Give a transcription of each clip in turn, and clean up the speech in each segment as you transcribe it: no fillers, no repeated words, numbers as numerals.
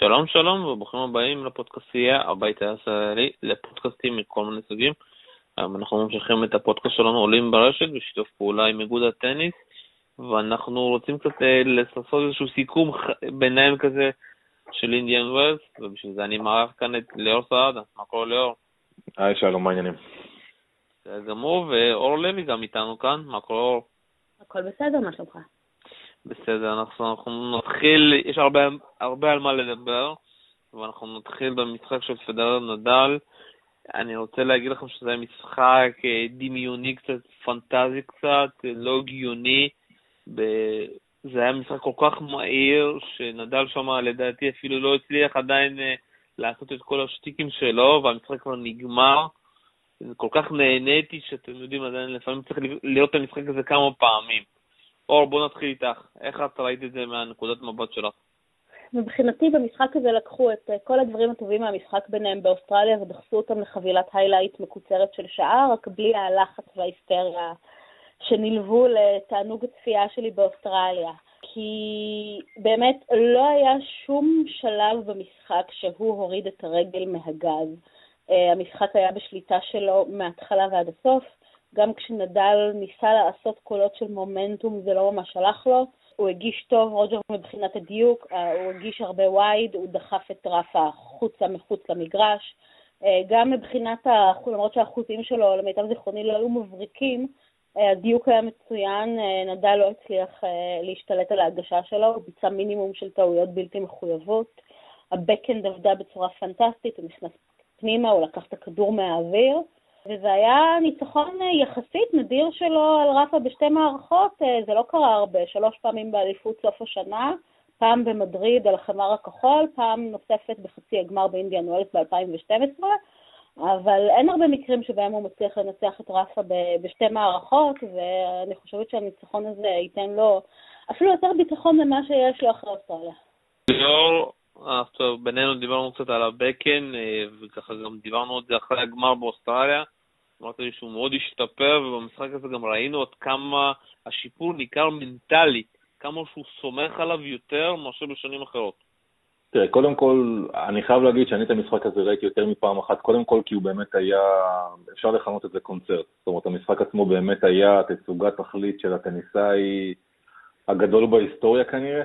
שלום שלום וברוכים הבאים לפודקאסטייה הבית הישראלי, לפודקאסטים מכל מיני סוגים. אנחנו ממשיכים את הפודקאסט שלנו עולים ברשת בשיתוף פעולה עם איגוד הטניס, ואנחנו רוצים קצת לעשות איזשהו סיכום ביניהם כזה של אינדיאן ווילס, ובשביל זה אני מערך כאן את ליאור סעדה. מה קורה ליאור? היי שלום, מה העניינים? זה גמור, ואור לוי גם איתנו כאן. מה קורה אור? הכל בסדר, מה שלומך? בסדר, אנחנו נתחיל, יש הרבה על מה לדבר, ואנחנו נתחיל במשחק של פדרר נדל. אני רוצה להגיד לכם שזה משחק דמיוני קצת, פנטזי קצת, לא הגיוני. זה היה משחק כל כך מהיר, שנדל שם לדעתי אפילו לא הצליח עדיין לעשות את כל השטיקים שלו, והמשחק כבר נגמר. כל כך נהניתי שאתם יודעים, עדיין לפעמים צריך לראות את המשחק הזה כמה פעמים. אור, בוא נתחיל איתך. איך את ראית את זה מהנקודת מבט שלך? מבחינתי במשחק הזה לקחו את כל הדברים הטובים מהמשחק ביניהם באוסטרליה ודחסו אותם לחבילת היילייט מקוצרת של שעה, רק בלי הלחץ וההיסטריה שנלוו לתענוג הצפייה שלי באוסטרליה. כי באמת לא היה שום שלב במשחק שהוא הוריד את הרגל מהגז. המשחק היה בשליטה שלו מההתחלה ועד הסוף. גם כשנדל ניסה לעשות קולות של מומנטום, זה לא ממש הלך לו. הוא הגיש טוב, רוג'ר מבחינת הדיוק, הוא הגיש הרבה וייד, הוא דחף את רפה מחוץ למגרש. גם מבחינת, למרות שהאחוזים שלו, למיטב זיכרוני, לא היו מבריקים, הדיוק היה מצוין, נדל לא הצליח להשתלט על ההגשה שלו, הוא ביצע מינימום של טעויות בלתי מחויבות. הבקאנד עבדה בצורה פנטסטית, הוא נכנס פנימה, הוא לקח את הכדור מהאוויר. וזה היה ניצחון יחסית נדיר שלו על רפה בשתי מערכות, זה לא קרה הרבה, 3 פעמים באליפות סוף השנה, פעם במדריד על החמר הכחול, פעם נוספת בחצי הגמר באינדיאן ווילס ב-2012, אבל אין הרבה מקרים שבהם הוא מצליח לנצח את רפה בשתי מערכות, ואני חושבת שהניצחון הזה ייתן לו אפילו יותר ביטחון ממה שיש לו אחרי אוסטרליה. ליאור, בינינו דיברנו קצת על הבקן, וככה גם דיברנו את זה אחרי הגמר באוסטרליה. אמרת לי שהוא מאוד השתפר, ובמשחק הזה גם ראינו עד כמה השיפור ניכר מנטלי, כמה שהוא סומך עליו יותר מאשר בשנים אחרות. תראה, קודם כל, אני חייב להגיד שאני את המשחק הזה ראיתי יותר מפעם אחת, קודם כל כי הוא באמת היה, אפשר לכנות את זה קונצרט, זאת אומרת, המשחק עצמו באמת היה תצוגת תכלית של הטניסאי הגדול בהיסטוריה כנראה,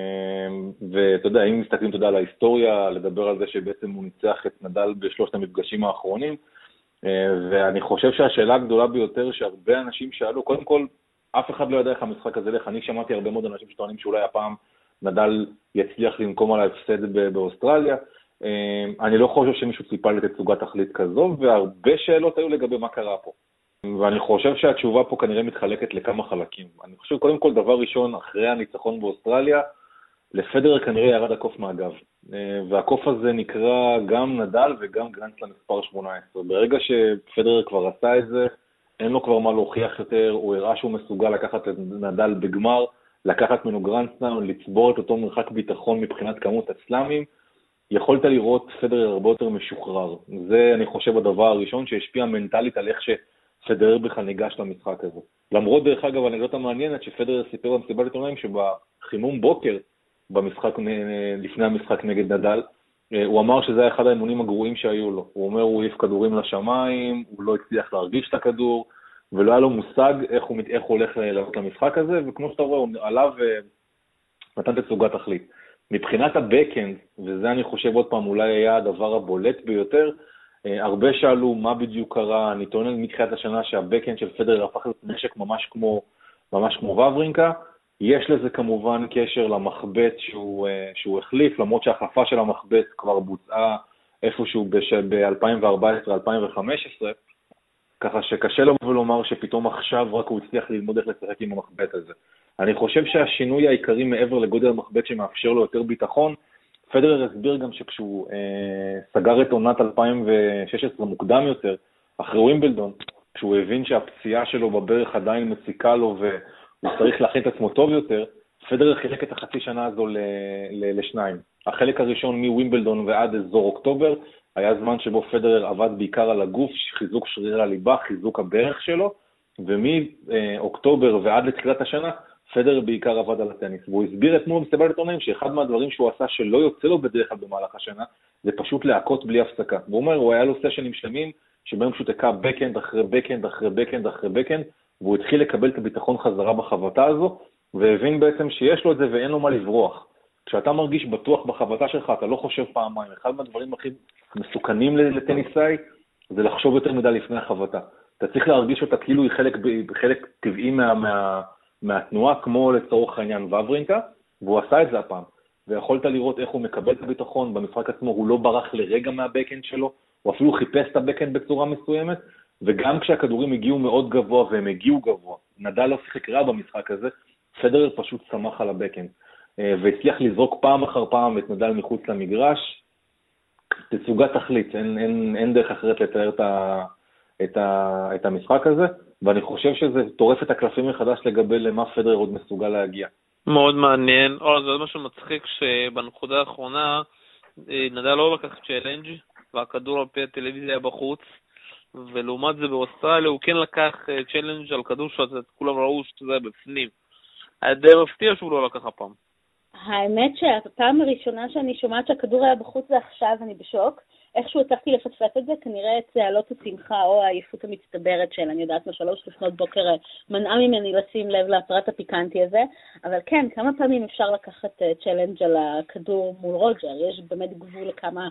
ואתה יודע, אם מסתכלים תודה על ההיסטוריה, לדבר על זה שבעצם הוא ניצח את נדל בשלושת המפגשים האחרונים, ואני חושב שהשאלה הגדולה ביותר שהרבה אנשים שאלו, קודם כל, אף אחד לא יודע איך המשחק הזה לך. אני שמעתי הרבה מאוד אנשים שטוענים שאולי הפעם נדל יצליח לנקום על ההפסד באוסטרליה. אני לא חושב שמישהו ציפה לתצוגת תכלית כזו, והרבה שאלות היו לגבי מה קרה פה. ואני חושב שהתשובה פה כנראה מתחלקת לכמה חלקים. אני חושב, קודם כל, דבר ראשון, אחרי הניצחון באוסטרליה, לפדרר כנראה ירד הקוף מהגב. והקוף הזה נקרא גם נדל וגם גרנדסלאם מספר 18. ברגע שפדרר כבר עשה את זה, אין לו כבר מה להוכיח יותר, הוא הראה שהוא מסוגל לקחת את נדל בגמר, לקחת ממנו גרנדסלאם, לצבור את אותו מרחק ביטחון מבחינת כמות הסלאמים, יכולת לראות פדרר הרבה יותר משוחרר. זה, אני חושב, הדבר הראשון שהשפיע מנטלית על איך שפדרר בכלל ניגש למשחק הזה. למרות, דרך אגב, הנקודה המעניינת שפדרר סיפר במסיבת עיתונאים שבחימום בוקר, במשחק, לפני המשחק נגד נדל, הוא אמר שזה היה אחד האימונים הגרועים שהיו לו. הוא אומר, הוא העיף כדורים לשמיים, הוא לא הצליח להרגיש את הכדור, ולא היה לו מושג איך הוא הולך לעלות למשחק הזה, וכמו שאתה רואה, הוא עליו נתן תצוגת תכלית. מבחינת הבקאנד, וזה אני חושב עוד פעם אולי היה הדבר הבולט ביותר, הרבה שאלו מה בדיוק קרה, אני טוען מתחילת השנה שהבקאנד של פדרר הפך להיות נשק ממש כמו וברינקה, יש לזה כמובן קשר למחבט שהוא החליף, למרות שההחלפה של המחבט כבר בוצעה איפשהו ב-2014-2015, ככה שקשה לו ולומר שפתאום עכשיו רק הוא הצליח ללמוד איך לשחק עם המחבט הזה. אני חושב שהשינוי העיקרי מעבר לגודל המחבט שמאפשר לו יותר ביטחון, פדרר הסביר גם שכשהוא סגר את עונת 2016 מוקדם יותר, אחרי ווימבלדון, כשהוא הבין שהפציעה שלו בברך עדיין מציקה לו הוא צריך להכין את עצמו טוב יותר, פדרר חילק את החצי שנה הזו לשניים. החלק הראשון מווימבלדון ועד אזור אוקטובר, היה זמן שבו פדרר עבד בעיקר על הגוף, חיזוק שריר הליבה, חיזוק הברך שלו, ומאוקטובר ועד לתחילת השנה, פדרר בעיקר עבד על הטניס, והוא הסביר אתמול במסיבת עיתונאים שאחד מהדברים שהוא עשה שלא יוצא לו בדרך כלל במהלך השנה, זה פשוט להכות בלי הפסקה. והוא אומר, הוא היה לו סשנים שלמים, שבהם פשוט הקע בקאנד אחרי בקאנד אחרי בקאנד אחרי בקאנד, והוא התחיל לקבל את הביטחון חזרה בחבטה הזו, והבין בעצם שיש לו את זה ואין לו מה לברוח. כשאתה מרגיש בטוח בחבטה שלך, אתה לא חושב פעמיים. אחד מהדברים הכי מסוכנים לטניסאי, זה לחשוב יותר מדי לפני החבטה. אתה צריך להרגיש אותה כאילו היא חלק טבעי מהתנועה, כמו לצורך העניין וברינקה, והוא עשה את זה הפעם. ויכולת לראות איך הוא מקבל את הביטחון, במשחק עצמו הוא לא ברח לרגע מהבקאנד שלו, הוא אפילו חיפש את הבקאנד בצורה מסוימת, וגם כשהכדורים הגיעו מאוד גבוה, והם הגיעו גבוה, נדל לא שיחק רע במשחק הזה, פדרר פשוט שמח על הבקאנד, והצליח לזרוק פעם אחר פעם את נדל מחוץ למגרש, תצוגת תכלית, אין דרך אחרת לתאר את המשחק הזה, ואני חושב שזה טורף את הקלפים מחדש לגבי למה פדרר עוד מסוגל להגיע. מאוד מעניין. זה משהו מצחיק שבנקודה האחרונה נדל לא לקח צ'לנג' והכדור על פי הטלוויזיה בחוץ, ולעומת זה באוסטרליה הוא כן לקח צ'לנג' על כדור שכולם ראו שזה בפנים. היה די מפתיע שהוא לא לקח הפעם. האמת שהפעם הראשונה שאני שומעת שהכדור היה בחוץ ועכשיו אני בשוק. איכשהו הצלחתי לפספס את זה, כנראה את צהלות השמחה או העייפות המצטברת של, אני יודעת מה, 3 לפנות בוקר מנעה ממני לשים לב לפרט הפיקנטי הזה, אבל כן, כמה פעמים אפשר לקחת צ'לנג' על הכדור מול רוג'ר, יש באמת גבול לכמה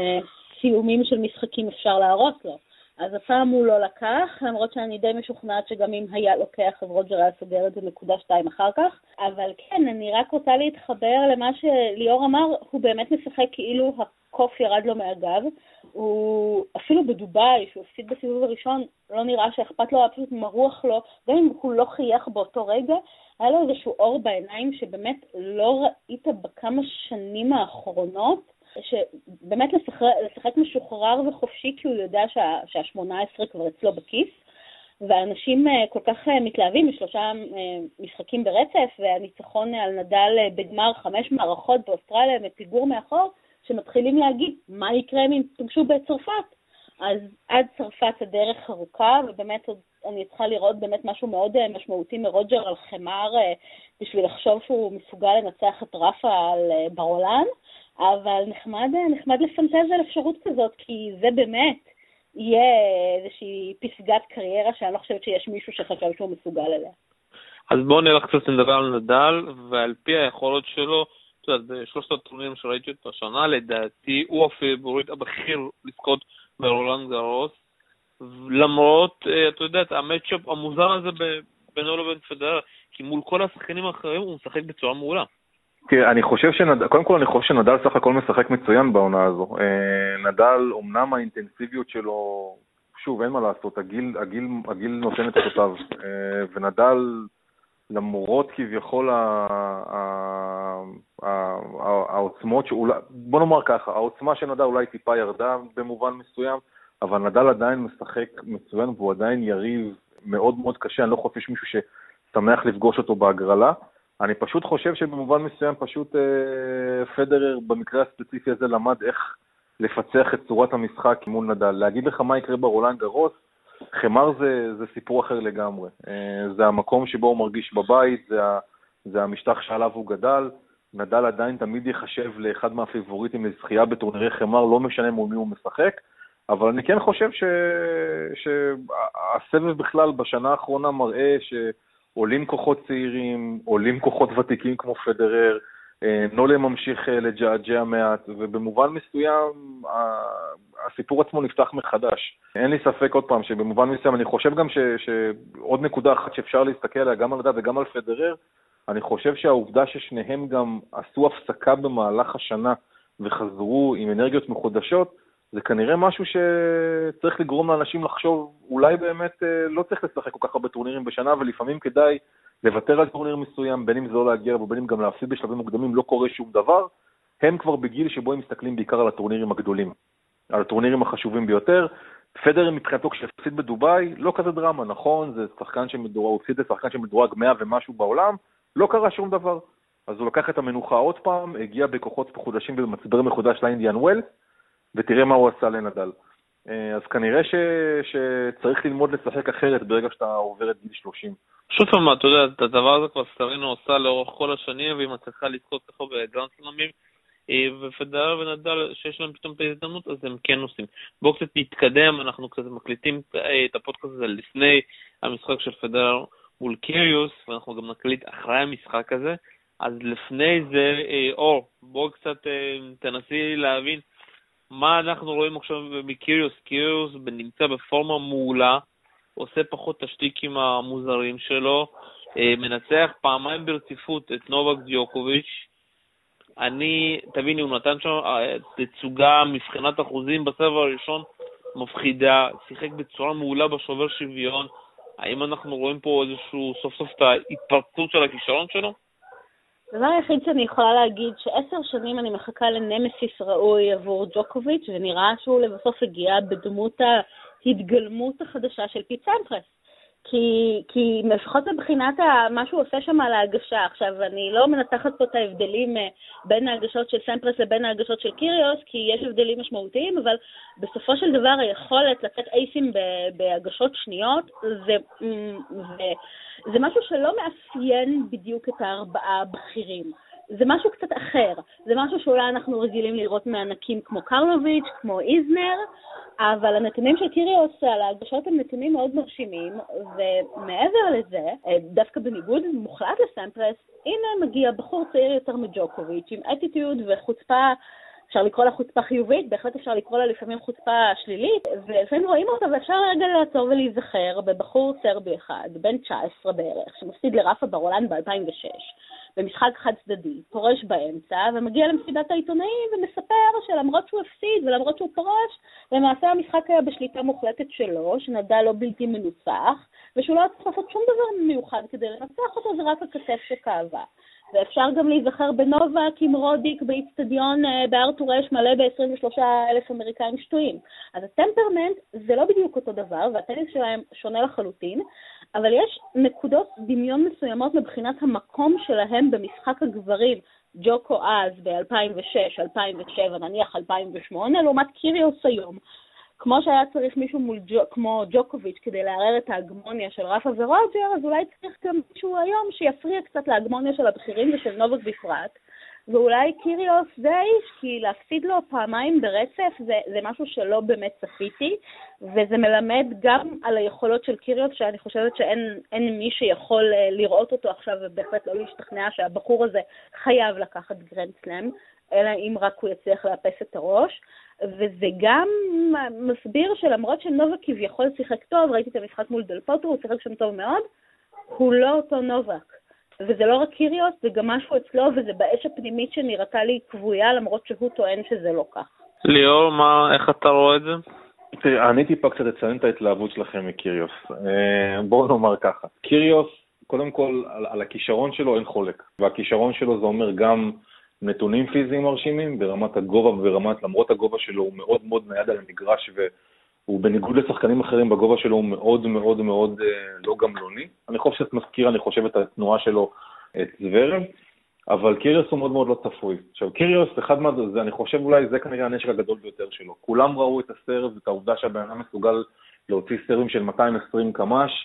סיומים של משחקים אפשר להרוס לו. אז הפעם הוא לא לקח, למרות שאני די משוכנעת שגם אם היה לוקח, אז רוג'ר היה סוגר את זה 2 אחר כך. אבל כן, אני רק רוצה להתחבר למה שליאור אמר, הוא באמת משחק כאילו הקוף ירד לו מהגב. הוא אפילו בדוביי, שהוא הפסיד בסיבוב הראשון, לא נראה שאכפת לו, היה פשוט מרוח לו, גם אם הוא לא חייך באותו רגע, היה לו איזשהו אור בעיניים שבאמת לא ראית בכמה שנים האחרונות, שבאמת לשחק משוחרר וחופשי, כי הוא יודע שה-18 כבר אצלו בכיס, ואנשים כל כך מתלהבים מ3 משחקים ברצף, והניצחון על נדל בגמר 5 מערכות באוסטרליה מפיגור מאחור, שמתחילים להגיד מה יקרה אם תפגשו בצרפת. אז עד צרפת הדרך ארוכה, ובאמת אני צריכה לראות באמת משהו מאוד משמעותי מרוג'ר על חמר, בשביל לחשוב שהוא מסוגל לנצח את רפה על ברולן, אבל נחמד לפנטז על אפשרות כזאת, כי זה באמת יהיה איזושהי פסגת קריירה שאני לא חושבת שיש מישהו שחשב שהוא מסוגל אליה. אז בואו נלך קצת נדבר על נדל, ועל פי היכולות שלו, אתה יודע, בשלושת הטורנירים שראיתי את השנה, לדעתי הוא הפיבוריט הבכיר לזכות ברולאן גארוס, למרות, אתה יודע, המאצ'אפ המוזר הזה בינו לבין פדרר, כי מול כל השחקנים האחרים הוא משחק בצורה מעולה. תראה, קודם כל אני חושב שנדל סך הכל משחק מצוין בעונה הזו. נדל, אומנם האינטנסיביות שלו, שוב, אין מה לעשות, הגיל נותן את אותותיו, ונדל, למרות כביכול העוצמות, בוא נאמר ככה, העוצמה של נדל אולי טיפה ירדה במובן מסוים, אבל נדל עדיין משחק מצוין, והוא עדיין יריב מאוד מאוד קשה, אני לא חושב מישהו ששמח לפגוש אותו בהגרלה, אני פשוט חושב שבמובן מסוים פשוט פדרר במקרה הספציפי הזה למד איך לפצח את צורת המשחק מול נדל. להגיד לך מה יקרה ברולאן גארוס, חמר זה סיפור אחר לגמרי. זה המקום שבו הוא מרגיש בבית, זה המשטח שעליו הוא גדל. נדל עדיין תמיד יחשב לאחד מהפיבוריטים לזכייה בטורנירי חמר, לא משנה מול מי הוא משחק, אבל אני כן חושב שהסבב בכלל בשנה האחרונה מראה עולים כוחות צעירים, עולים כוחות ותיקים כמו פדרר, נולה ממשיך לג'עג'ע מעט, ובמובן מסוים הסיפור עצמו נפתח מחדש. אין לי ספק עוד פעם שבמובן מסוים, אני חושב גם שעוד נקודה אחת שאפשר להסתכל עליה גם על נדל וגם על פדרר, אני חושב שהעובדה ששניהם גם עשו הפסקה במהלך השנה וחזרו עם אנרגיות מחודשות, זה כנראה משהו שצריך לגרום לאנשים לחשוב, אולי באמת לא צריך לשחק כל כך הרבה טורנירים בשנה, ולפעמים כדאי לוותר על טורניר מסוים, בין אם זה לא להגיע ובין אם גם להפסיד בשלבים מוקדמים, לא קורה שום דבר. הם כבר בגיל שבו הם מסתכלים בעיקר על הטורנירים הגדולים, על הטורנירים החשובים ביותר. פדרר מבחינתו כשהפסיד בדוביי, לא כזה דרמה, נכון, זה שחקן שמדורג, הוא הפסיד לשחקן שמדורג 100 ומשהו בעולם, לא קרה שום דבר. אז הוא לקח את המנוחה עוד פעם, הגיע בכוחות מחודשים ובמצבר מחודש לאינדיאן ווילס, ותראה מה הוא עשה לנדל. אז כנראה שצריך ללמוד לשחק אחרת ברגע שאתה עובר את גיל 30. פשוט פעם, אתה יודע, את הדבר הזה כבר סטרינה עושה לאורך כל השנים, והיא מצליחה לזכות ככה בגרנדסלאמים, ופדרר ונדל שיש להם פתאום את ההזדמנות, אז הם כן עושים. בואו קצת נתקדם, אנחנו קצת מקליטים את הפודקאסט הזה לפני המשחק של פדרר מול קיריוס, ואנחנו גם נקליט אחרי המשחק הזה. אז לפני זה, בואו קצת תנסי להבין מה אנחנו רואים עכשיו מקיריוס. קיריוס נמצא בפורמה מעולה, עושה פחות תשתיקים המוזרים שלו, מנצח פעמיים ברציפות את נובק דיוקוביץ'. תביני, הוא נתן שם תצוגה מבחינת אחוזים בסבב הראשון מפחידה, שיחק בצורה מעולה בשובר שוויון. האם אנחנו רואים פה איזשהו סוף סוף את ההתפרצות של הכישרון שלו? הדבר היחיד שאני יכולה להגיד ש10 שנים אני מחכה לנמסיס ראוי עבור ג'וקוביץ', ונראה שהוא לבסוף הגיע בדמות ההתגלמות החדשה של פיט סמפרס. כי לפחות מבחינת מה שהוא עושה שם על ההגשה. עכשיו, אני לא מנתחת פה את ההבדלים בין ההגשות של סמפרס לבין ההגשות של קיריוס, כי יש הבדלים משמעותיים, אבל בסופו של דבר היכולת לתת אייסים בהגשות שניות, זה משהו שלא מאפיין בדיוק את הארבעה הבכירים. זה משהו קצת אחר. זה משהו שאולי אנחנו רגילים לראות מענקים כמו קרלוביץ', כמו איזנר, אבל הנתונים של קיריוס על ההגשות הם נתונים מאוד מרשימים, ומעבר לזה, דווקא בניגוד מוחלט לסמפרס, הנה מגיע בחור צעיר יותר מג'וקוביץ' עם אטיטיוד וחוצפה, אפשר לקרוא לה חוצפה חיובית, בהחלט אפשר לקרוא לה לפעמים חוצפה שלילית, ולפעמים רואים אותה ואפשר רגע לעצור ולהיזכר בבחור סרבי אחד, בן 19 בערך, שמפסיד לרפה ברולנד ב-2006, במשחק חד צדדי, פורש באמצע, ומגיע למסיבת העיתונאים ומספר שלמרות שהוא הפסיד ולמרות שהוא פורש, למעשה המשחק היה בשליטה מוחלטת שלו, שנדל לא בלתי מנוצח, ושהוא לא צריך לעשות שום דבר מיוחד כדי לנצח אותו, זה רק הכתף שכאבה. ואפשר גם להיזכר בנובק עם רודיק באצטדיון בארתור אש מלא ב-23,000 אמריקאים שטויים. אז הטמפרמנט זה לא בדיוק אותו דבר, והטניס שלהם שונה לחלוטין, אבל יש נקודות דמיון מסוימות מבחינת המקום שלהם במשחק הגברים, ג'וקו אז ב-2006, 2007, נניח 2008, לעומת קיריוס היום. כמו שהיה צריך מישהו כמו ג'וקוביץ' כדי לערער את ההגמוניה של רפה ורוג'ר, אז אולי צריך גם מישהו היום שיפריע קצת להגמוניה של הבכירים ושל נובק בפרט. ואולי קיריוס זה איש, כי להפסיד לו פעמיים ברצף זה משהו שלא באמת צפיתי, וזה מלמד גם על היכולות של קיריוס, שאני חושבת שאין מי שיכול לראות אותו עכשיו ובהחלט לא להשתכנע שהבחור הזה חייב לקחת גרנד סלאם, אלא אם רק הוא יצליח לאפס את הראש. וזה גם מסביר שלמרות שנובק כביכול שיחק טוב, ראיתי את המשחק מול דל פוטרו, הוא שיחק שם טוב מאוד, הוא לא אותו נובק. וזה לא רק קיריוס, זה גם משהו אצלו, וזה באש הפנימית שנראתה לי קבויה, למרות שהוא טוען שזה לא כך. ליאור, איך אתה רואה את זה? תראה, אני טיפה קצת אציין את ההתלהבות שלכם מקיריוס. בואו נאמר ככה, קיריוס, קודם כל, על הכישרון שלו אין חולק, והכישרון שלו זה אומר גם נתונים פיזיים מרשימים, ברמת הגובה וברמת, למרות הגובה שלו הוא מאוד מאוד נייד על המגרש, והוא בניגוד לשחקנים אחרים בגובה שלו הוא מאוד מאוד מאוד לא גמלוני. אני חושב שאת מזכיר, אני חושב את התנועה שלו, את זוורב, אבל קיריוס הוא מאוד מאוד לא צפוי. עכשיו, קיריוס, אחד מהזה, אני חושב אולי זה כנראה הנשק הגדול ביותר שלו. כולם ראו את הסרב, את העובדה שהבן אדם מסוגל להוציא סרבים של 220 קמ"ש,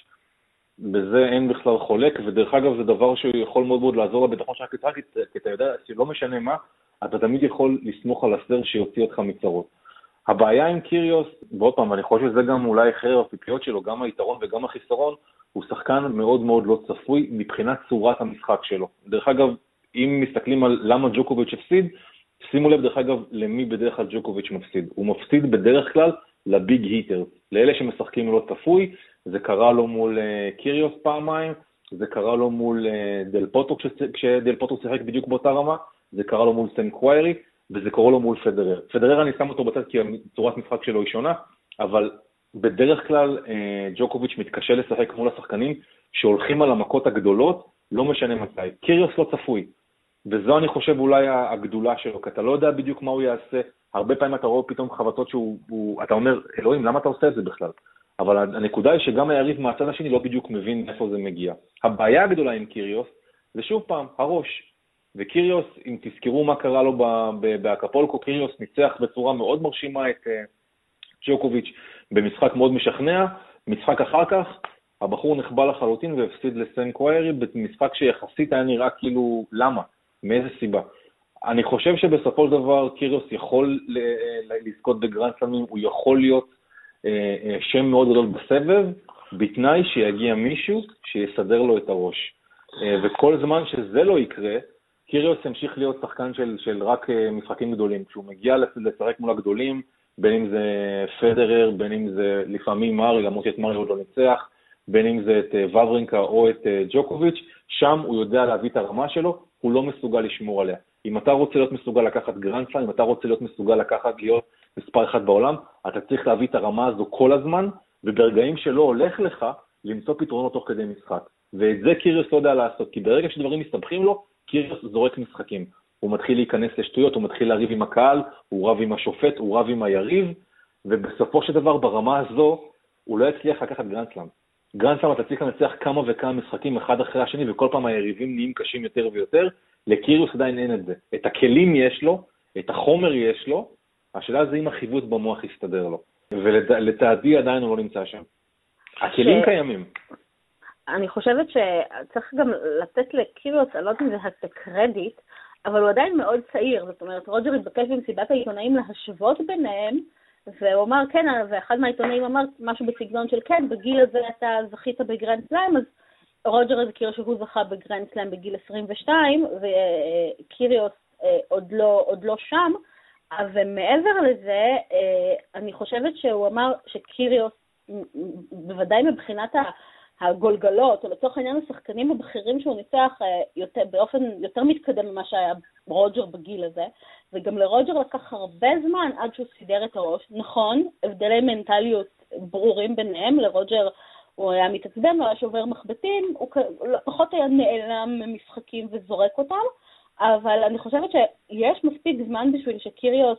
בזה אין בכלל חולק, ודרך אגב זה דבר שהוא יכול מאוד מאוד לעזור לביטחון שלך כצחק, כי אתה יודע שלא משנה מה, אתה תמיד יכול לסמוך על הסר שיוציא אותך מצרות. הבעיה עם קיריוס, ועוד פעם, אני חושב שזה גם אולי חרב הפיפיות שלו, גם היתרון וגם החיסרון, הוא שחקן מאוד מאוד לא צפוי מבחינת צורת המשחק שלו. דרך אגב, אם מסתכלים על למה ג'וקוביץ' הפסיד, שימו לב דרך אגב למי בדרך כלל ג'וקוביץ' מפסיד. הוא מפסיד בדרך כלל לביג היטר, לאלה שמשחקים לא צפוי. זה קרה לו מול קיריוס פעמיים, זה קרה לו מול דל פוטרו כשדל פוטרו שיחק בדיוק באותה רמה, זה קרה לו מול סם קוויירי, וזה קרה לו מול פדרר. פדרר אני שם אותו בצד כי צורת משחק שלו היא שונה, אבל בדרך כלל ג'וקוביץ' מתקשה לשחק מול השחקנים שהולכים על המכות הגדולות, לא משנה מתי. קיריוס לא צפוי, וזו אני חושב אולי הגדולה שלו, כי אתה לא יודע בדיוק מה הוא יעשה. הרבה פעמים אתה רואה פתאום חבטות אתה אומר, אלוהים, למה אתה עושה את זה בכלל? אבל הנקודה היא שגם היריב מהצד השני לא בדיוק מבין איפה זה מגיע. הבעיה הגדולה עם קיריוס זה שוב פעם, הראש. וקיריוס, אם תזכרו מה קרה לו באקפולקו, קיריוס ניצח בצורה מאוד מרשימה את ג'וקוביץ' במשחק מאוד משכנע, משחק אחר כך, הבחור נחבא לחלוטין והפסיד לסם קוויירי, במשחק שיחסית היה נראה כאילו, למה? מאיזה סיבה? אני חושב שבסופו של דבר קיריוס יכול לזכות בגרנד סלאמים, הוא יכול להיות שם מאוד גדול בסבב, בתנאי שיגיע מישהו שיסדר לו את הראש. וכל זמן שזה לא יקרה, קיריוס המשיך להיות שחקן של רק משחקים גדולים. כשהוא מגיע לשחק מול הגדולים, בין אם זה פדרר, בין אם זה לפעמים מארי, למרות שאת מארי עוד לא ניצח, בין אם זה את וברינקה או את ג'וקוביץ', שם הוא יודע להביא את הרמה שלו, הוא לא מסוגל לשמור עליה. אם אתה רוצה להיות מסוגל לקחת גרנד סלאם, אם אתה רוצה להיות מסוגל להיות מספר אחד בעולם, אתה צריך להביא את הרמה הזו כל הזמן, וברגעים שלא הולך לך, למצוא פתרונות תוך כדי משחק. ואת זה קיריוס לא יודע לעשות, כי ברגע שדברים מסתבכים לו, קיריוס זורק משחקים. הוא מתחיל להיכנס לשטויות, הוא מתחיל להריב עם הקהל, הוא רב עם השופט, הוא רב עם היריב, ובסופו של דבר ברמה הזו, הוא לא יצליח לקחת גרנד סלאם. גרנד סלאם אתה צריך לנצח כמה וכמה משחקים אחד אחרי השני, וכל פעם היריבים נהיים קשים יותר ויותר, לקיריוס עדיין אין את זה. את הכלים יש לו, את החומר יש לו, השאלה זה אם החיווט במוח יסתדר לו. ולתעדי עדיין הוא לא נמצא שם. הכלים קיימים. אני חושבת שצריך גם לתת לקיריוס, אני לא יודעת אם זה הקרדיט, אבל הוא עדיין מאוד צעיר. זאת אומרת, רוג'ר התבקש במסיבת העיתונאים להשוות ביניהם, והוא אמר, כן, ואחד מהעיתונאים אמר משהו בסגנון של, כן, בגיל הזה אתה זכית בגרנד סלאם, אז רוג'ר הזכיר שהוא זכה בגרנד סלאם בגיל 22, וקיריוס עוד לא שם, אבל מעבר לזה, אני חושבת שהוא אמר שקיריוס, בוודאי מבחינת הגולגלות, או לצורך העניין השחקנים הבכירים שהוא ניצח באופן יותר מתקדם ממה שהיה רוג'ר בגיל הזה, וגם לרוג'ר לקח הרבה זמן עד שהוא סידר את הראש. נכון, הבדלי מנטליות ברורים ביניהם, לרוג'ר הוא היה מתעצבן, הוא היה שובר מחבטים, הוא פחות היה נעלם ממשחקים וזורק אותם, אבל אני חושבת שיש מספיק זמן בשביל שקיריוס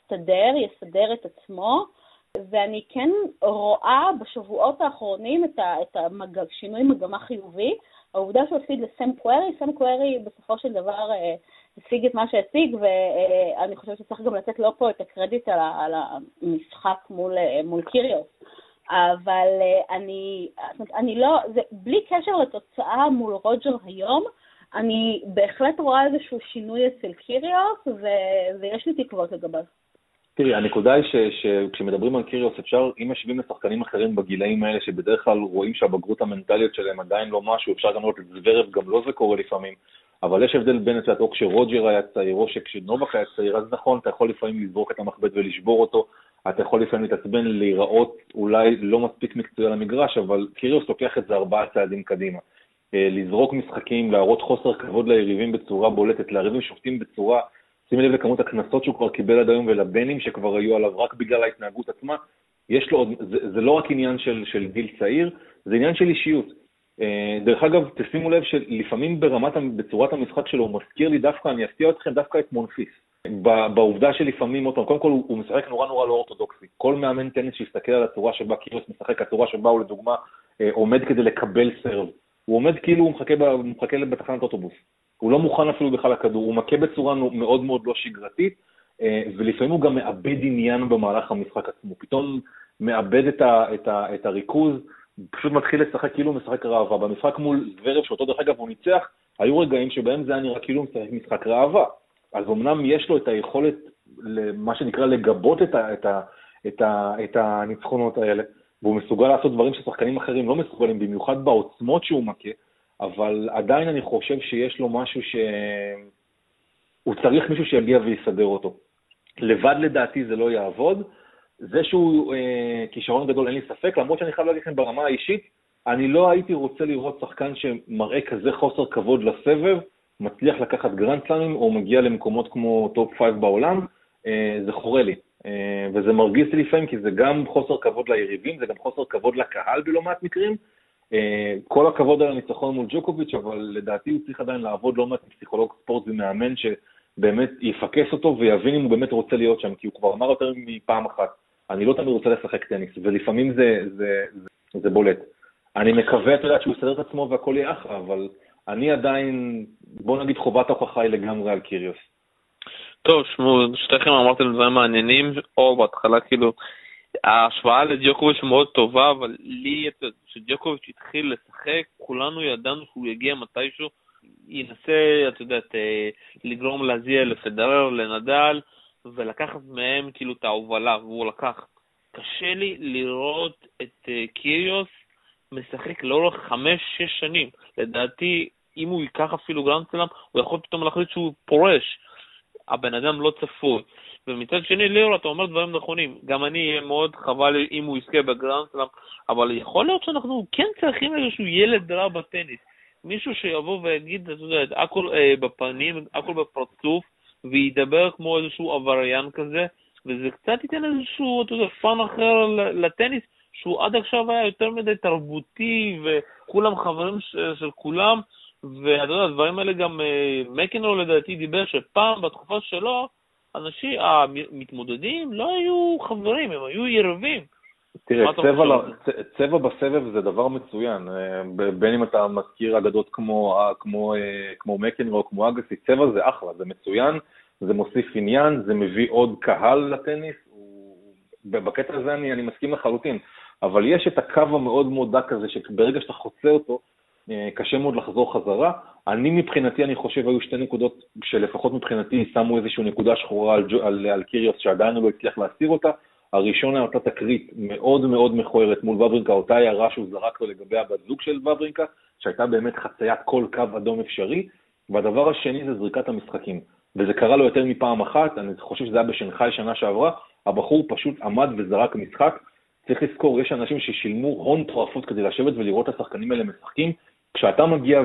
יסדר את עצמו, ואני כן רואה בשבועות האחרונים את שינוי מגמה חיובי. העובדה שהוא הפסיד לסם קוויירי בסופו של דבר השיג את מה שהשיג, ואני חושבת שצריך גם לתת לו פה את הקרדיט על המשחק מול קיריוס. אבל אני לא, זה בלי קשר לתוצאה מול רוג'ר היום, אני בהחלט רואה איזשהו שינוי אצל קיריוס, ויש לי תקוות לגביו. תראי, הנקודה היא שכשמדברים על קיריוס אפשר, אם משווים לשחקנים אחרים בגילאים האלה, שבדרך כלל רואים שהבגרות המנטליות שלהם עדיין לא משהו, אפשר גם לראות את זוורב, גם לא זה קורה לפעמים, אבל יש הבדל בין את או כשרוג'ר היה צעיר, או שכשנובק היה צעיר, אז נכון, אתה יכול לפעמים לזרוק את המחבט ולשבור אותו, אתה יכול לפעמים להתעצבן, להיראות אולי לא מספיק מקצועי על המגרש, אבל קיריוס לוקח את זה 4 צעדים קדימה. לזרוק משחקים, להראות חוסר כבוד ליריבים בצורה בולטת, ליריבים שופטים בצורה, שימי לב לכמות הכנסות שהוא כבר קיבל עד היום ולבנים שכבר היו עליו רק בגלל ההתנהגות עצמה, יש לו עוד, זה לא רק עניין של גיל צעיר, זה עניין של אישיות. דרך אגב, תשימו לב שלפעמים בצורת המשחק שלו הוא מזכיר לי דווקא, אני אפתיע אתכם דווקא את מונפיס. בעובדה שלפעמים, קודם כל הוא משחק נורא לא אורתודוקסי. כל מאמן טניס שיסתכל על הצורה שבה קיריוס משחק, הצורה שבה הוא לדוגמה עומד כדי לקבל סרב. הוא עומד כאילו הוא מחכה בתחנת אוטובוס. הוא לא מוכן אפילו בכלל לכדור, הוא מכה בצורה מאוד מאוד לא שגרתית, ולפעמים הוא גם מאבד עניין במהלך המשחק עצמו. פתאום מאבד את הריכוז, פשוט מתחיל לשחק כאילו משחק ראווה. במשחק מול זוורב, שאותו דרך אגב הוא ניצח, היו רגעים שבהם זה היה נראה כאילו משחק ראווה. אז אמנם יש לו את היכולת, מה שנקרא, לגבות את הניצחונות האלה, והוא מסוגל לעשות דברים ששחקנים אחרים לא מסוגלים, במיוחד בעוצמות שהוא מכה, אבל עדיין אני חושב שיש לו משהו הוא צריך מישהו שיגיע ויסדר אותו. לבד לדעתי זה לא יעבוד. זה שהוא כישרון גדול, אין לי ספק, למרות שאני חייב להגיד לכם ברמה האישית, אני לא הייתי רוצה לראות שחקן שמראה כזה חוסר כבוד לסבב, מצליח לקחת גרנד סלאמים או מגיע למקומות כמו טופ 5 בעולם, זה חורה לי. וזה מרגיש לי לפעמים, כי זה גם חוסר כבוד ליריבים, זה גם חוסר כבוד לקהל בלא מעט מקרים. כל הכבוד על הניצחון מול ג'וקוביץ', אבל לדעתי הוא צריך עדיין לעבוד לא מעט פסיכולוג ספורט ומאמן שבאמת יפקס אותו ויבין אם הוא באמת רוצה להיות שם, כי הוא כבר אמר יותר מפעם אחת, אני לא תמיד רוצה לשחק טניס, ולפעמים זה בולט. אני מקווה, אתה יודע, שהוא יסדר את עצמו והכל יהיה אחלה, אבל אני עדיין, בוא נגיד, חובת ההוכחה היא לגמרי על קיריוס. טוב, שמו, שתיכם אמרתם דברים מעניינים, או בהתחלה כאילו ההשוואה לדיוקוביץ' מאוד טובה, אבל לי, כשדיוקוביץ' התחיל לשחק, כולנו ידענו שהוא יגיע מתישהו, ינסה, אתה יודע, לגרום להזיע לפדרר, לנדל, ולקחת מהם כאילו את ההובלה, והוא לקח. קשה לי לראות את קיריוס משחק לאורך 5-6 שנים. לדעתי, אם הוא ייקח אפילו גרנד-סלאם, הוא יכול פתאום להחליט שהוא פורש. הבן אדם לא צפוי. ומצד שני, ליאור, אתה אומר דברים נכונים. גם אני מאוד חבל אם הוא יזכה בגרנד-סלאם, אבל יכול להיות שאנחנו כן צריכים איזשהו ילד רע בטניס. מישהו שיבוא ויגיד, אתה יודע, הכל בפנים, הכל בפרצוף, וידבר כמו איזשהו עבריין כזה, וזה קצת ייתן איזשהו, אתה יודע, פן אחר לטניס, שהוא עד עכשיו היה יותר מדי תרבותי, וכולם חברים של כולם, ואתה יודע, הדברים האלה גם מקינרו לדעתי דיבר שפעם בתקופה שלו, אנשים, המתמודדים לא היו חברים, הם היו יריבים. תראה, צבע בסבב זה דבר מצוין, בין אם אתה מזכיר אגדות כמו מקינרו או כמו אגסי, צבע זה אחלה, זה מצוין, זה מוסיף עניין, זה מביא עוד קהל לטניס, בקטע הזה אני מסכים לחלוטין, אבל יש את הקו המאוד מאוד דק הזה, שברגע שאתה חוצה אותו, קשה מאוד לחזור חזרה. אני מבחינתי, אני חושב, היו שתי נקודות שלפחות מבחינתי שמו איזושהי נקודה שחורה על קיריוס שעדיין לא הצליח להסיר אותה. הראשון היה אותה תקרית מאוד מאוד מכוערת מול וברינקה, אותה הערה שהוא זרק לו לגבי הבת זוג של וברינקה, שהייתה באמת חציית כל קו אדום אפשרי, והדבר השני זה זריקת המשחקים. וזה קרה לו יותר מפעם אחת, אני חושב שזה היה בשנגחאי שנה שעברה, הבחור פשוט עמד וזרק משחק. צריך לזכור, יש אנשים ששילמו הון תועפות כדי לשבת ולראות את השחקנים האלה משחקים, כשאתה מגיע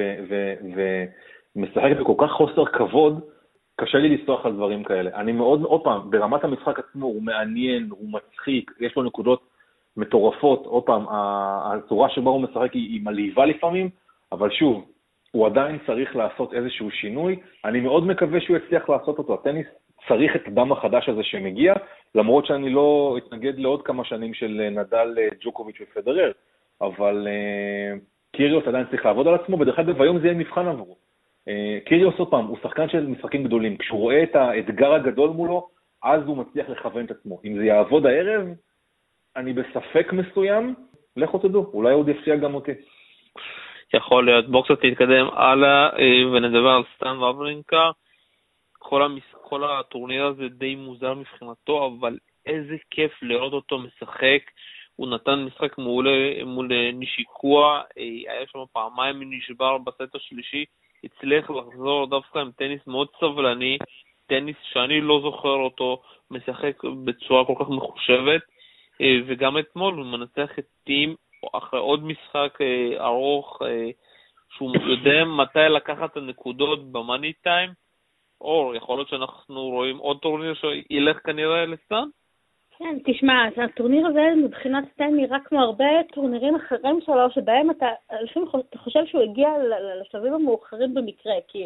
ומשחק בכל כך חוסר כבוד, קשה לי לסלוח על דברים כאלה. אני מאוד, עוד פעם, ברמת המשחק עצמו הוא מעניין, הוא מצחיק, יש לו נקודות מטורפות, עוד פעם, הצורה שבה הוא משחק היא מלהיבה לפעמים, אבל שוב, הוא עדיין צריך לעשות איזשהו שינוי, אני מאוד מקווה שהוא יצליח לעשות אותו. הטניס צריך את הדם החדש הזה שמגיע, למרות שאני לא אתנגד לעוד כמה שנים של נדל, ג'וקוביץ' ופדרר, אבל קיריוס עדיין צריך לעבוד על עצמו, בדרך כלל היום זה יהיה מבחן עבורו. קיריוס עוד פעם, הוא שחקן של משחקים גדולים, כשהוא רואה את האתגר הגדול מולו, אז הוא מצליח לכוון את עצמו. אם זה יעבוד הערב, אני בספק מסוים, לכו תדעו, אולי עוד יפתיע גם אותי. יכול להיות, בוא קצת תתקדם הלאה ונדבר על סטן וברינקה. כל הטורניר הזה די מוזר מבחינתו, אבל איזה כיף לראות אותו משחק. הוא נתן משחק מעולה מול נישיקואה, היה שם פעמיים נשבר בסט השלישי, הצליח לחזור דווקא עם טניס מאוד סבלני, טניס שאני לא זוכר אותו, משחק בצורה כל כך מחושבת, וגם אתמול הוא מנצח את טים אחרי עוד משחק ארוך, שהוא יודע מתי לקחת את הנקודות במאני טיים, או יכול להיות שאנחנו רואים עוד טורניר שילך כנראה לסטן? כן, תשמע, הטורניר הזה מבחינת סטן נראה כמו הרבה טורנירים אחרים שלו, שבהם אתה חושב שהוא הגיע לשלבים המאוחרים במקרה, כי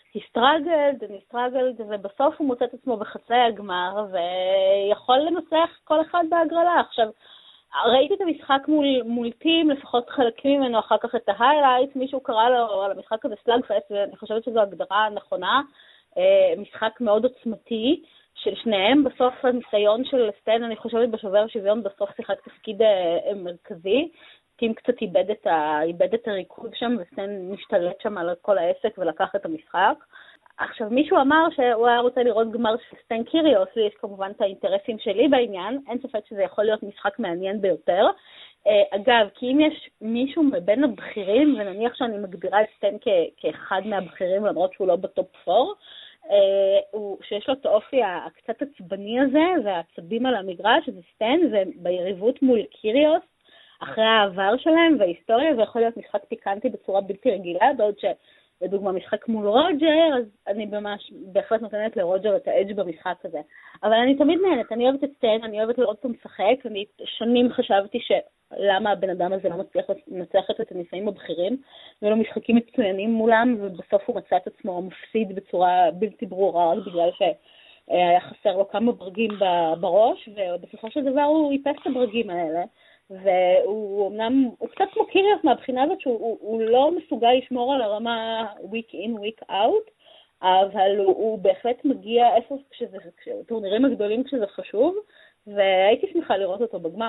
הסטרגלד, ובסוף הוא מוצא את עצמו בחצי הגמר, ויכול לנצח כל אחד בהגרלה. עכשיו, ראיתי את המשחק מול טים, לפחות חלקים ממנו אחר כך את ההיילייט, מישהו קרא לו על המשחק הזה סלאגפסט, ואני חושבת שזו הגדרה נכונה, משחק מאוד עוצמתי של שניהם. בסוף הניסיון של סטן, אני חושבת בשובר השוויון, בסוף שיחק תפקיד מרכזי. טים קצת איבד את הריקוד שם, וסטן משתלט שם על כל העסק ולקח את המשחק. עכשיו, מישהו אמר שהוא היה רוצה לראות גמר של סטן קיריוס, ויש כמובן את האינטרסים שלי בעניין, אין ספק שזה יכול להיות משחק מעניין ביותר. אגב, כי אם יש מישהו מבין הבכירים, ונניח שאני מגדירה את סטן כאחד מהבכירים, למרות שהוא לא בטופ 4, שיש לו את האופי הקצת עצבני הזה, והעצבים על המגרש, זה סטן, וביריבות מול קיריוס, אחרי העבר שלהם וההיסטוריה, זה יכול להיות משחק פיקנטי בצורה בלתי רגילה, בעוד שלדוגמה משחק מול רוג'ר, אז אני ממש בהחלט נותנת לרוג'ר את האדג' במשחק הזה. אבל אני תמיד נהנת, אני אוהבת את סטן, אני אוהבת לראות אותו משחק, אני שנים חשבתי למה הבן אדם הזה לא מצליח לנצח את הניסאים הבכירים, ולא משחקים מצוינים מולם, ובסוף הוא מצא את עצמו מפסיד בצורה בלתי ברורה, רק בגלל שהיה חסר לו כמה ברגים בראש, ובסופו של דבר הוא איפס את הברגים האלה, והוא אמנם, הוא קצת כמו קיריוס מהבחינה הזאת שהוא לא מסוגל לשמור על הרמה week in, week out, אבל הוא בהחלט מגיע טורנירים הגדולים כשזה חשוב, והייתי שמחה לראות אותו בגמר.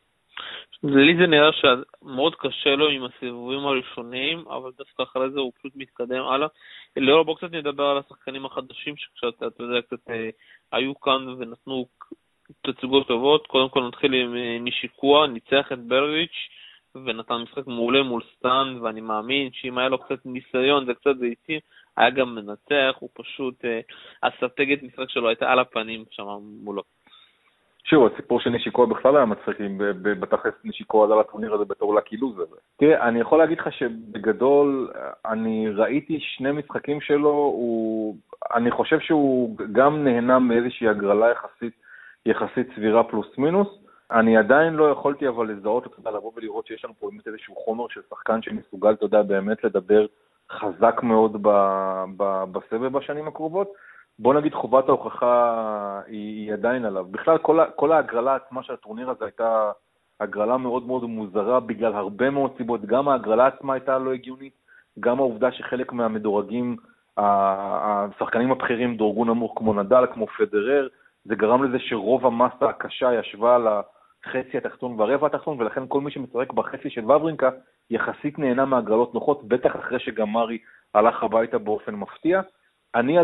לי זה נראה שמאוד קשה לו עם הסיבובים הראשונים, אבל דווקא אחרי זה הוא פשוט מתקדם הלאה. ליאור, בוא קצת נדבר על השחקנים החדשים שקצת, אתה יודע, קצת היו כאן ונתנו תצוגות טובות. קודם כל נתחיל עם נישיקואה, ניצח את ברדיץ' ונתן משחק מעולה מול סטן, ואני מאמין שאם היה לו קצת ניסיון, זה קצת בעיתים, היה גם מנצח, הוא פשוט, אסטרטגיית משחק שלו הייתה על הפנים שם מולו. שוב, הסיפור של נישיקואה בכלל היה מצחיק, בתכלס נישיקואה עלה לטורניר הזה בתור לקילוז הזה. תראה, אני יכול להגיד לך שבגדול, אני ראיתי שני משחקים שלו, אני חושב שהוא גם נהנה מאיזושהי הגרלה יחסית סבירה פלוס מינוס. אני עדיין לא יכולתי אבל לזהות, אתה יודע, לבוא ולראות שיש לנו פה באמת איזשהו חומר של שחקן שמסוגל, אתה יודע, באמת לדבר חזק מאוד בסבב בשנים הקרובות. בוא נגיד חובת ההוכחה היא עדיין עליו. בכלל כל ההגרלה עצמה של הטורניר הזה הייתה הגרלה מאוד מאוד מוזרה בגלל הרבה מאוד סיבות. גם ההגרלה עצמה הייתה לא הגיונית, גם העובדה שחלק מהמדורגים, השחקנים הבכירים דורגו נמוך כמו נדל, כמו פדרר, זה גרם לזה שרוב המסה הקשה ישבה על החצי התחתון והרבע התחתון, ולכן כל מי שמשחק בחצי של וברינקה יחסית נהנה מהגרלות נוחות, בטח אחרי שגם מרי הלך הביתה באופן מפתיע. אני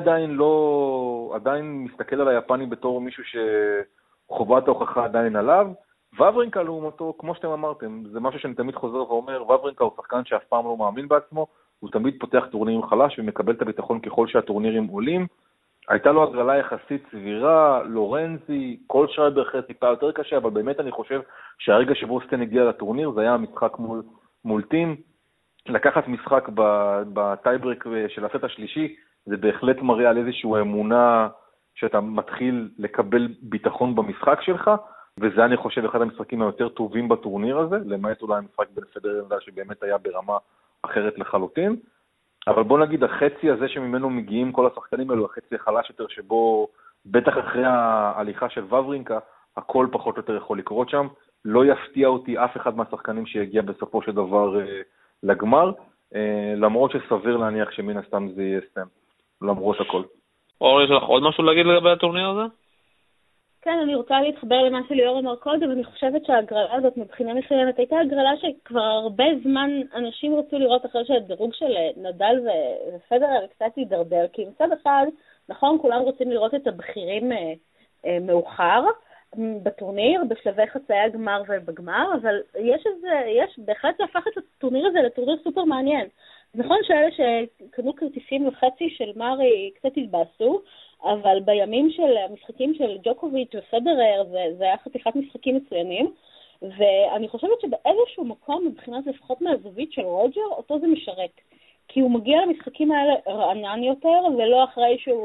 עדיין מסתכל על היפני בתור מישהו שחובת ההוכחה עדיין עליו. וברינקה לעומתו, כמו שאתם אמרתם, זה משהו שאני תמיד חוזר ואומר, וברינקה הוא שחקן שאף פעם לא מאמין בעצמו, הוא תמיד פותח טורנירים חלש ומקבל את הביטחון ככל שהטורנירים עולים. הייתה לו הגרלה יחסית סבירה, לורנזי, כל שרייבר אחרי טיפה יותר קשה, אבל באמת אני חושב שהרגע שבו סטן הגיע לטורניר, זה היה המשחק מול טים. לקחת משחק בטייברק של הסט השלישי, זה בהחלט מראה על איזושהי אמונה שאתה מתחיל לקבל ביטחון במשחק שלך, וזה אני חושב אחד המשחקים היותר טובים בטורניר הזה, למעט אולי המשחק בין פדרר ונדל שבאמת היה ברמה אחרת לחלוטין. אבל בוא נגיד, החצי הזה שממנו מגיעים כל השחקנים האלו, החצי החלש יותר שבו, בטח אחרי ההליכה של וברינקה, הכל פחות או יותר יכול לקרות שם. לא יפתיע אותי אף אחד מהשחקנים שיגיע בסופו של דבר לגמר, למרות שסביר להניח שמן הסתם זה יהיה סטם, למרות הכל. אור, יש לך עוד משהו להגיד לגבי הטורניר הזה? כן, אני רוצה להתחבר למה שליאור אמר קודם, אני חושבת שההגרלה הזאת מבחינה מסוימת הייתה הגרלה שכבר הרבה זמן אנשים רצו לראות אחרי שהדירוג של נדל ופדרר קצת הידרדר, כי מצד אחד, נכון, כולם רוצים לראות את הבכירים מאוחר בטורניר, בשלבי חצאי הגמר ובגמר, אבל יש בהחלט להפך את הטורניר הזה לטורניר סופר מעניין. נכון שאלה שקנו כרטיסים לחצי של מרי קצת התבאסו, אבל בימים של המשחקים של ג'וקוביץ' ופדרר זה היה חתיכת משחקים מצוינים, ואני חושבת שבאיזשהו מקום, מבחינת לפחות מהזווית של רוג'ר, אותו זה משרת. כי הוא מגיע למשחקים האלה רענן יותר, ולא אחרי שהוא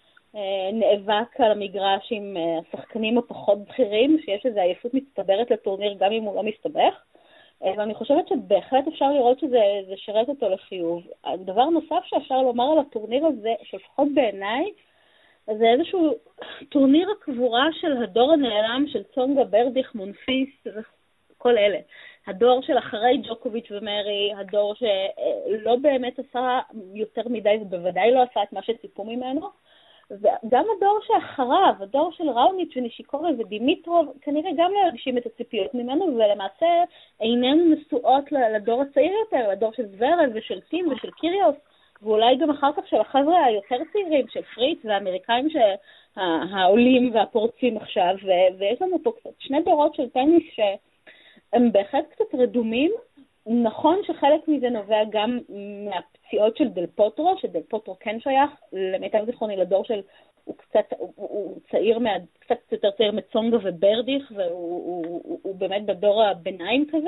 נאבק על המגרש עם השחקנים הפחות בכירים, שיש איזו עייפות מצטברת לטורניר גם אם הוא לא מסתבך. ואני חושבת שבהחלט אפשר לראות שזה שרת אותו לחיוב. הדבר נוסף שאפשר לומר על הטורניר הזה, שלפחות בעיניי, זה איזשהו טורניר הקבורה של הדור הנעלם של צונגה, ברדיך, מונפיס וכל אלה. הדור של אחרי ג'וקוביץ' ומרי, הדור שלא באמת עשה יותר מדי ובוודאי לא עשה את מה שציפו ממנו. וגם הדור שאחריו, הדור של ראוניץ' ונישיקובה ודימיטרוב, כנראה גם לא יגשים את הציפיות ממנו, ולמעשה איננו נשואות לדור הצעיר יותר, לדור של זוורב ושל טים ושל קיריוס, ואולי גם אחר כך של החבר'ה היותר צעירים, של פריץ והאמריקאים העולים והפורצים עכשיו, ויש לנו פה קצת שני דורות של טניס שהם בהחלט קצת רדומים. נכון שחלק מזה נובע גם מהפציעות של דל פוטרו, שדל פוטרו כן שייך למיטב זיכרוני לדור של, הוא צעיר, קצת יותר צעיר מצונגה וברדיך, והוא באמת בדור הביניים כזה,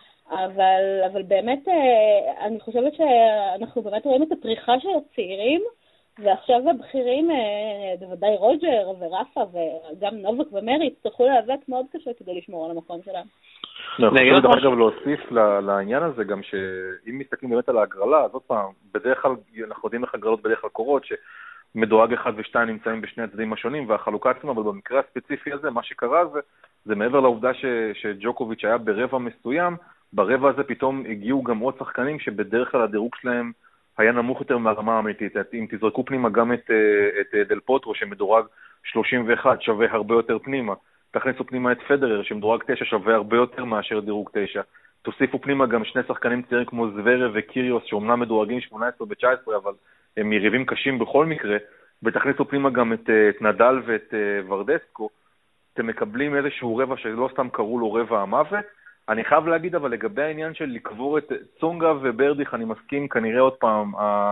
אבל באמת אני חושבת שאנחנו באמת רואים את הפריחה של הצעירים, ועכשיו הבכירים, בוודאי רוג'ר ורפה וגם נובק ומרי, יצטרכו להיאבק מאוד קשה כדי לשמור על המקום שלהם. אני חושב דרך אגב להוסיף לעניין הזה גם שאם מסתכלים באמת על ההגרלה, אז עוד פעם, בדרך כלל אנחנו יודעים איך הגרלות בדרך כלל קורות, שמדורג 1 ו-2 נמצאים בשני הצדדים השונים והחלוקה עצמה, אבל במקרה הספציפי הזה מה שקרה זה מעבר לעובדה שג'וקוביץ' היה ברבע מסוים, ברבע הזה פתאום הגיעו גם עוד שחקנים שבדרך כלל הדירוג שלהם היה נמוך יותר מהרמה האמיתית. אם תזרקו פנימה גם את דל פוטרו שמדורג 31 שווה הרבה יותר פנימה, תכניסו פנימה את פדרר, שמדורג 9 שווה הרבה יותר מאשר דירוג 9. תוסיפו פנימה גם שני שחקנים צעירים כמו זוורב וקיריוס, שאומנם מדורגים 18 ו-19, אבל הם יריבים קשים בכל מקרה, ותכניסו פנימה גם את נדל ואת ורדסקו, אתם מקבלים איזשהו רבע שלא סתם קראו לו רבע המוות. אני חייב להגיד, אבל לגבי העניין של לקבור את צונגה וברדיך, אני מסכים, כנראה עוד פעם,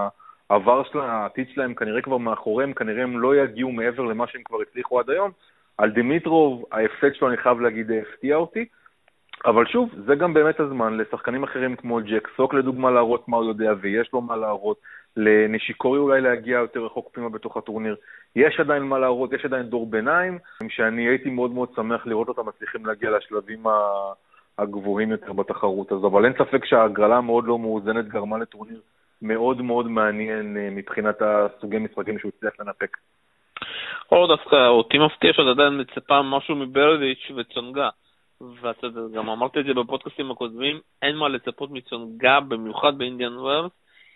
העתיד שלהם כנראה כבר מאחוריהם, כנראה הם לא יגיעו מעבר למה שהם כבר הצליחו עד היום. על דימיטרוב, ההפסד שלו, אני חייב להגיד, הפתיע אותי. אבל שוב, זה גם באמת הזמן לשחקנים אחרים כמו ג'ק סוק לדוגמה להראות מה הוא יודע, ויש לו מה להראות, לנשיקורי אולי להגיע יותר רחוק פנימה בתוך הטורניר. יש עדיין מה להראות, יש עדיין דור ביניים, שאני הייתי מאוד מאוד שמח לראות אותם מצליחים להגיע לשלבים הגבוהים יותר בתחרות הזו, אבל אין ספק שההגרלה מאוד לא מאוזנת גרמה לטורניר מאוד מאוד מעניין מבחינת הסוגי משחקים שהוא הצליח לנפק. או דווקא אותי מפתיע שאתה עדיין מצפה משהו מברדיץ' וצונגה, ואתה גם אמרתי את זה בפודקאסטים הקודמים, אין מה לצפות מצונגה, במיוחד באינדיאן וורס.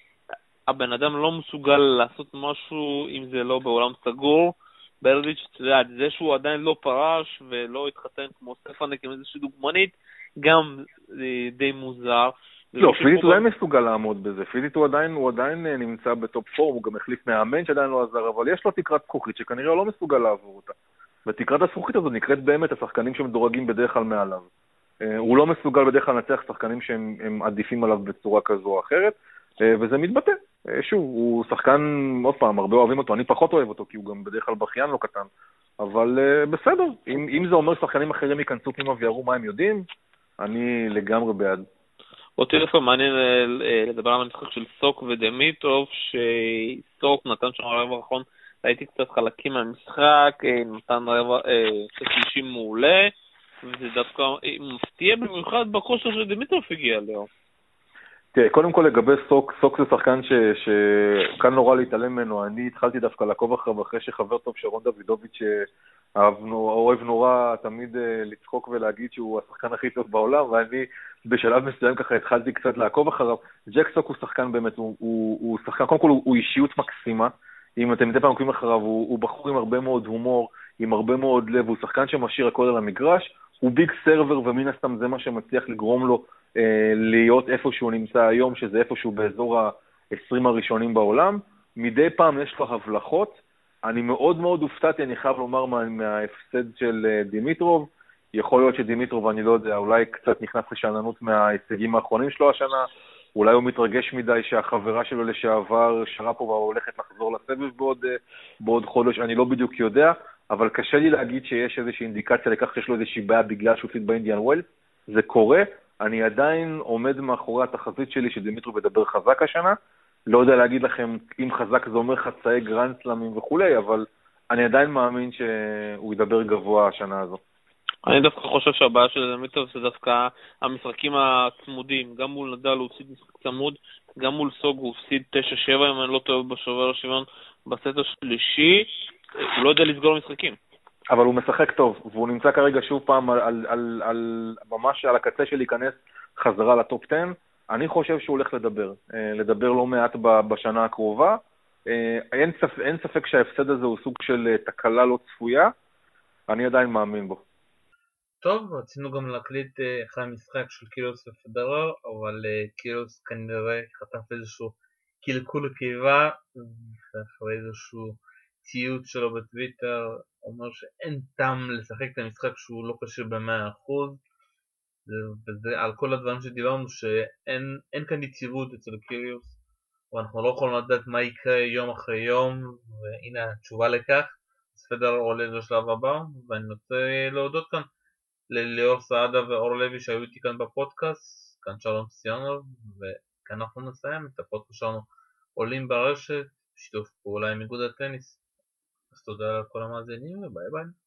הבן אדם לא מסוגל לעשות משהו אם זה לא בעולם סגור. ברדיץ', זה שהוא עדיין לא פרש ולא התחתן כמו סטפנק עם איזושהי דוגמנית, גם די מוזר. לא, פיזית הוא אין מסוגל לעמוד בזה, פיזית הוא עדיין נמצא בטופ פורם, הוא גם החליף מאמן שעדיין לא עזר, אבל יש לו תקרת זכוכית שכנראה הוא לא מסוגל לעבור אותה. ותקרת הזכוכית הזו נקראת באמת השחקנים שמדורגים בדרך כלל מעליו. הוא לא מסוגל בדרך כלל לנצח שחקנים שהם עדיפים עליו בצורה כזו או אחרת, וזה מתבטא. שוב, הוא שחקן, עוד פעם, הרבה אוהבים אותו, אני פחות אוהב אותו, כי הוא גם בדרך כלל בכיין לא קטן, אבל בסדר, אם זה אומר שחקנים אחרים ייכנסו פנימה ויראו מה הם יודעים, אני לגמרי בעד. אותי דווקא מעניין לדבר על המשחק של סוק ודמיטרוב, שסוק נתן שם רבע האחרון, ראיתי קצת חלקים מהמשחק, נתן רבע שלישי מעולה, וזה דווקא מפתיע במיוחד בכושר שדמיטרוב הגיע לו. תראה, קודם כל לגבי סוק זה שחקן שכאן נורא להתעלם ממנו. אני התחלתי דווקא לעקוב אחרי שחבר טוב שרון דוידוביץ' אוהב נורא תמיד לצחוק ולהגיד שהוא השחקן הכי טוב בעולם, ואני בשלב מסוים ככה התחלתי קצת לעקוב אחריו. ג'ק סוק הוא שחקן באמת, הוא שחקן, קודם כל הוא אישיות מקסימה, אם אתם מדי פעם עוקבים אחריו, הוא בחור עם הרבה מאוד הומור, עם הרבה מאוד לב, הוא שחקן שמשאיר הכל על המגרש, הוא ביג סרבר, ומן הסתם זה מה שמצליח לגרום לו להיות איפה שהוא נמצא היום, שזה איפה שהוא באזור ה-20 הראשונים בעולם. מדי פעם יש לו הבלחות. אני מאוד מאוד הופתעתי, אני חייב לומר, מההפסד של דימיטרוב. יכול להיות שדימיטרוב, אני לא יודע, אולי קצת נכנס לשעננות מההישגים האחרונים שלו השנה, אולי הוא מתרגש מדי שהחברה שלו לשעבר שרפובה הולכת לחזור לסבב בעוד חודש, אני לא בדיוק יודע, אבל קשה לי להגיד שיש איזושהי אינדיקציה לכך שיש לו איזושהי בעיה בגלל שהוא הפסיד באינדיאן ווילס. זה קורה, אני עדיין עומד מאחורי התחזית שלי שדימיטרוב ידבר חזק השנה, לא יודע להגיד לכם אם חזק זה אומר חצאי גרנד סלאמים וכולי, אבל אני עדיין מאמין שהוא ידבר גבוה השנה הזו. אני דווקא חושב שהבעיה של דימיטרוב זה דווקא המשחקים הצמודים, גם מול נדל הוא הפסיד משחק צמוד, גם מול סוג הוא הפסיד 9-7 אם אני לא טועה בשובר השוויון בסט השלישי, הוא לא יודע לסגור משחקים. אבל הוא משחק טוב, והוא נמצא כרגע שוב פעם ממש על הקצה של להיכנס חזרה לטופ 10. אני חושב שהוא הולך לדבר לא מעט בשנה הקרובה. אין ספק שההפסד הזה הוא סוג של תקלה לא צפויה, אני עדיין מאמין בו. טוב, רצינו גם להקליט אחרי המשחק של קיריוס ופדרר, אבל קיריוס כנראה חטף איזשהו קלקול קיבה, ואחרי איזשהו ציוט שלו בטוויטר אומר שאין טעם לשחק את המשחק שהוא לא קשה ב100%, וזה על כל הדברים שדיברנו שאין כאן יציבות אצל קיריוס, ואנחנו לא יכולים לדעת מה יקרה יום אחרי יום, והנה התשובה לכך. אז פדרר עולה לשלב הבא, ואני רוצה להודות כאן לליאור סעדה ואור לוי שהיו איתי כאן בפודקאסט, כאן שלום סיונוב, וכאן אנחנו נסיים את הפודקאסט שלנו עולים ברשת, שיתוף פעולה עם איגוד הטניס. אז תודה לכל המאזינים וביי ביי.